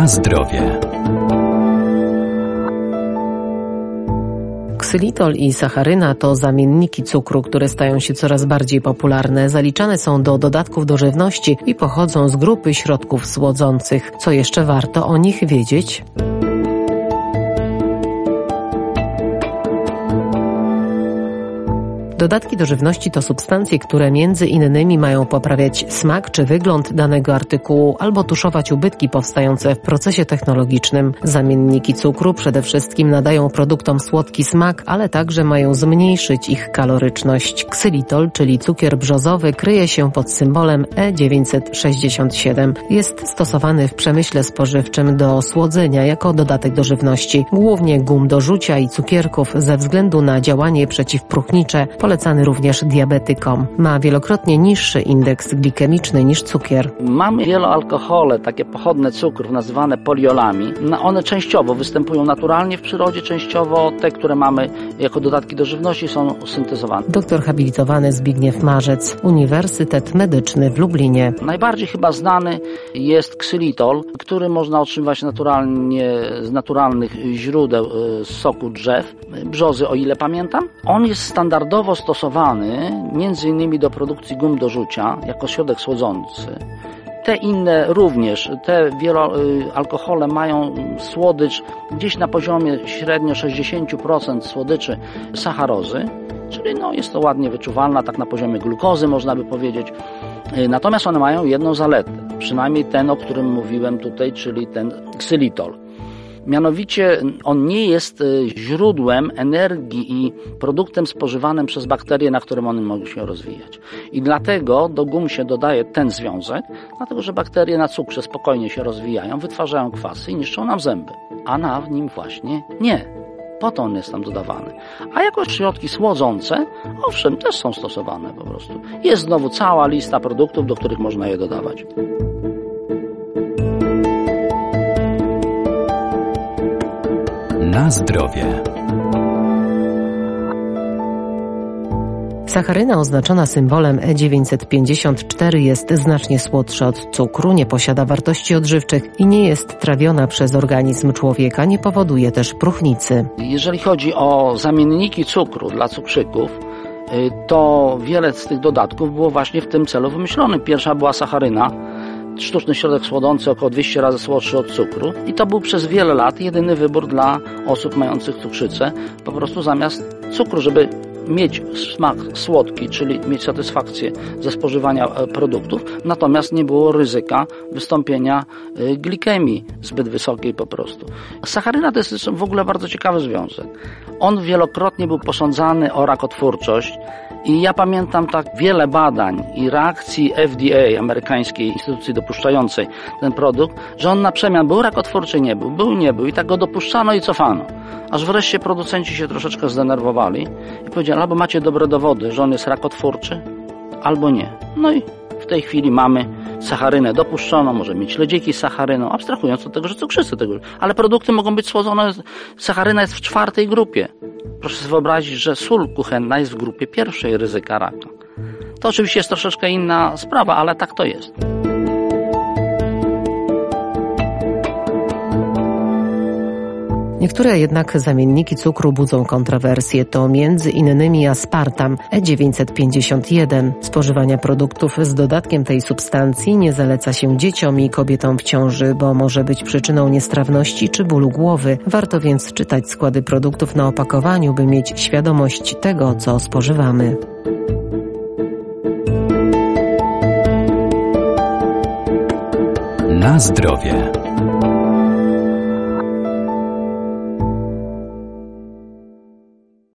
Na zdrowie. Ksylitol i sacharyna to zamienniki cukru, które stają się coraz bardziej popularne. Zaliczane są do dodatków do żywności i pochodzą z grupy środków słodzących. Co jeszcze warto o nich wiedzieć? Dodatki do żywności to substancje, które między innymi mają poprawiać smak czy wygląd danego artykułu albo tuszować ubytki powstające w procesie technologicznym. Zamienniki cukru przede wszystkim nadają produktom słodki smak, ale także mają zmniejszyć ich kaloryczność. Ksylitol, czyli cukier brzozowy, kryje się pod symbolem E967. Jest stosowany w przemyśle spożywczym do słodzenia jako dodatek do żywności, głównie gum do rzucia i cukierków ze względu na działanie przeciwpróchnicze, polecany również diabetykom. Ma wielokrotnie niższy indeks glikemiczny niż cukier. Mamy wieloalkohole, takie pochodne cukrów nazywane poliolami. One częściowo występują naturalnie w przyrodzie, częściowo te, które mamy jako dodatki do żywności, są syntezowane. Doktor habilitowany Zbigniew Marzec, Uniwersytet Medyczny w Lublinie. Najbardziej chyba znany jest ksylitol, który można otrzymywać naturalnie z naturalnych źródeł z soku drzew, brzozy, o ile pamiętam. On jest standardowo stosowany m.in. do produkcji gum do rzucia jako środek słodzący. Te inne również, te wieloalkohole mają słodycz gdzieś na poziomie średnio 60% słodyczy sacharozy, czyli jest to ładnie wyczuwalna, tak na poziomie glukozy można by powiedzieć. Natomiast one mają jedną zaletę, przynajmniej ten, o którym mówiłem tutaj, czyli ten ksylitol. Mianowicie on nie jest źródłem energii i produktem spożywanym przez bakterie, na którym one mogą się rozwijać. I dlatego do gum się dodaje ten związek, dlatego że bakterie na cukrze spokojnie się rozwijają, wytwarzają kwasy i niszczą nam zęby. A na nim właśnie nie. Po to on jest tam dodawany. A jako środki słodzące, owszem, też są stosowane po prostu. Jest znowu cała lista produktów, do których można je dodawać. Na zdrowie. Sacharyna oznaczona symbolem E954 jest znacznie słodsza od cukru, nie posiada wartości odżywczych i nie jest trawiona przez organizm człowieka, nie powoduje też próchnicy. Jeżeli chodzi o zamienniki cukru dla cukrzyków, to wiele z tych dodatków było właśnie w tym celu wymyślonych. Pierwsza była sacharyna, sztuczny środek słodzący około 200 razy słodszy od cukru i to był przez wiele lat jedyny wybór dla osób mających cukrzycę, po prostu zamiast cukru, żeby mieć smak słodki, czyli mieć satysfakcję ze spożywania produktów, natomiast nie było ryzyka wystąpienia glikemii zbyt wysokiej po prostu. Sacharyna to jest w ogóle bardzo ciekawy związek. On wielokrotnie był posądzany o rakotwórczość i ja pamiętam tak wiele badań i reakcji FDA, amerykańskiej instytucji dopuszczającej ten produkt, że on na przemian był rakotwórczy, nie był i tak go dopuszczano i cofano. Aż wreszcie producenci się troszeczkę zdenerwowali i powiedzieli, albo macie dobre dowody, że on jest rakotwórczy, albo nie. No i w tej chwili mamy sacharynę dopuszczoną, może mieć śledziki z sacharyną, abstrahując od tego, że cukrzycy tego, ale produkty mogą być słodzone, sacharyna jest w 4. grupie. Proszę sobie wyobrazić, że sól kuchenna jest w grupie 1 ryzyka raka. To oczywiście jest troszeczkę inna sprawa, ale tak to jest. Niektóre jednak zamienniki cukru budzą kontrowersje. To między innymi aspartam E951. Spożywania produktów z dodatkiem tej substancji nie zaleca się dzieciom i kobietom w ciąży, bo może być przyczyną niestrawności czy bólu głowy. Warto więc czytać składy produktów na opakowaniu, by mieć świadomość tego, co spożywamy. Na zdrowie.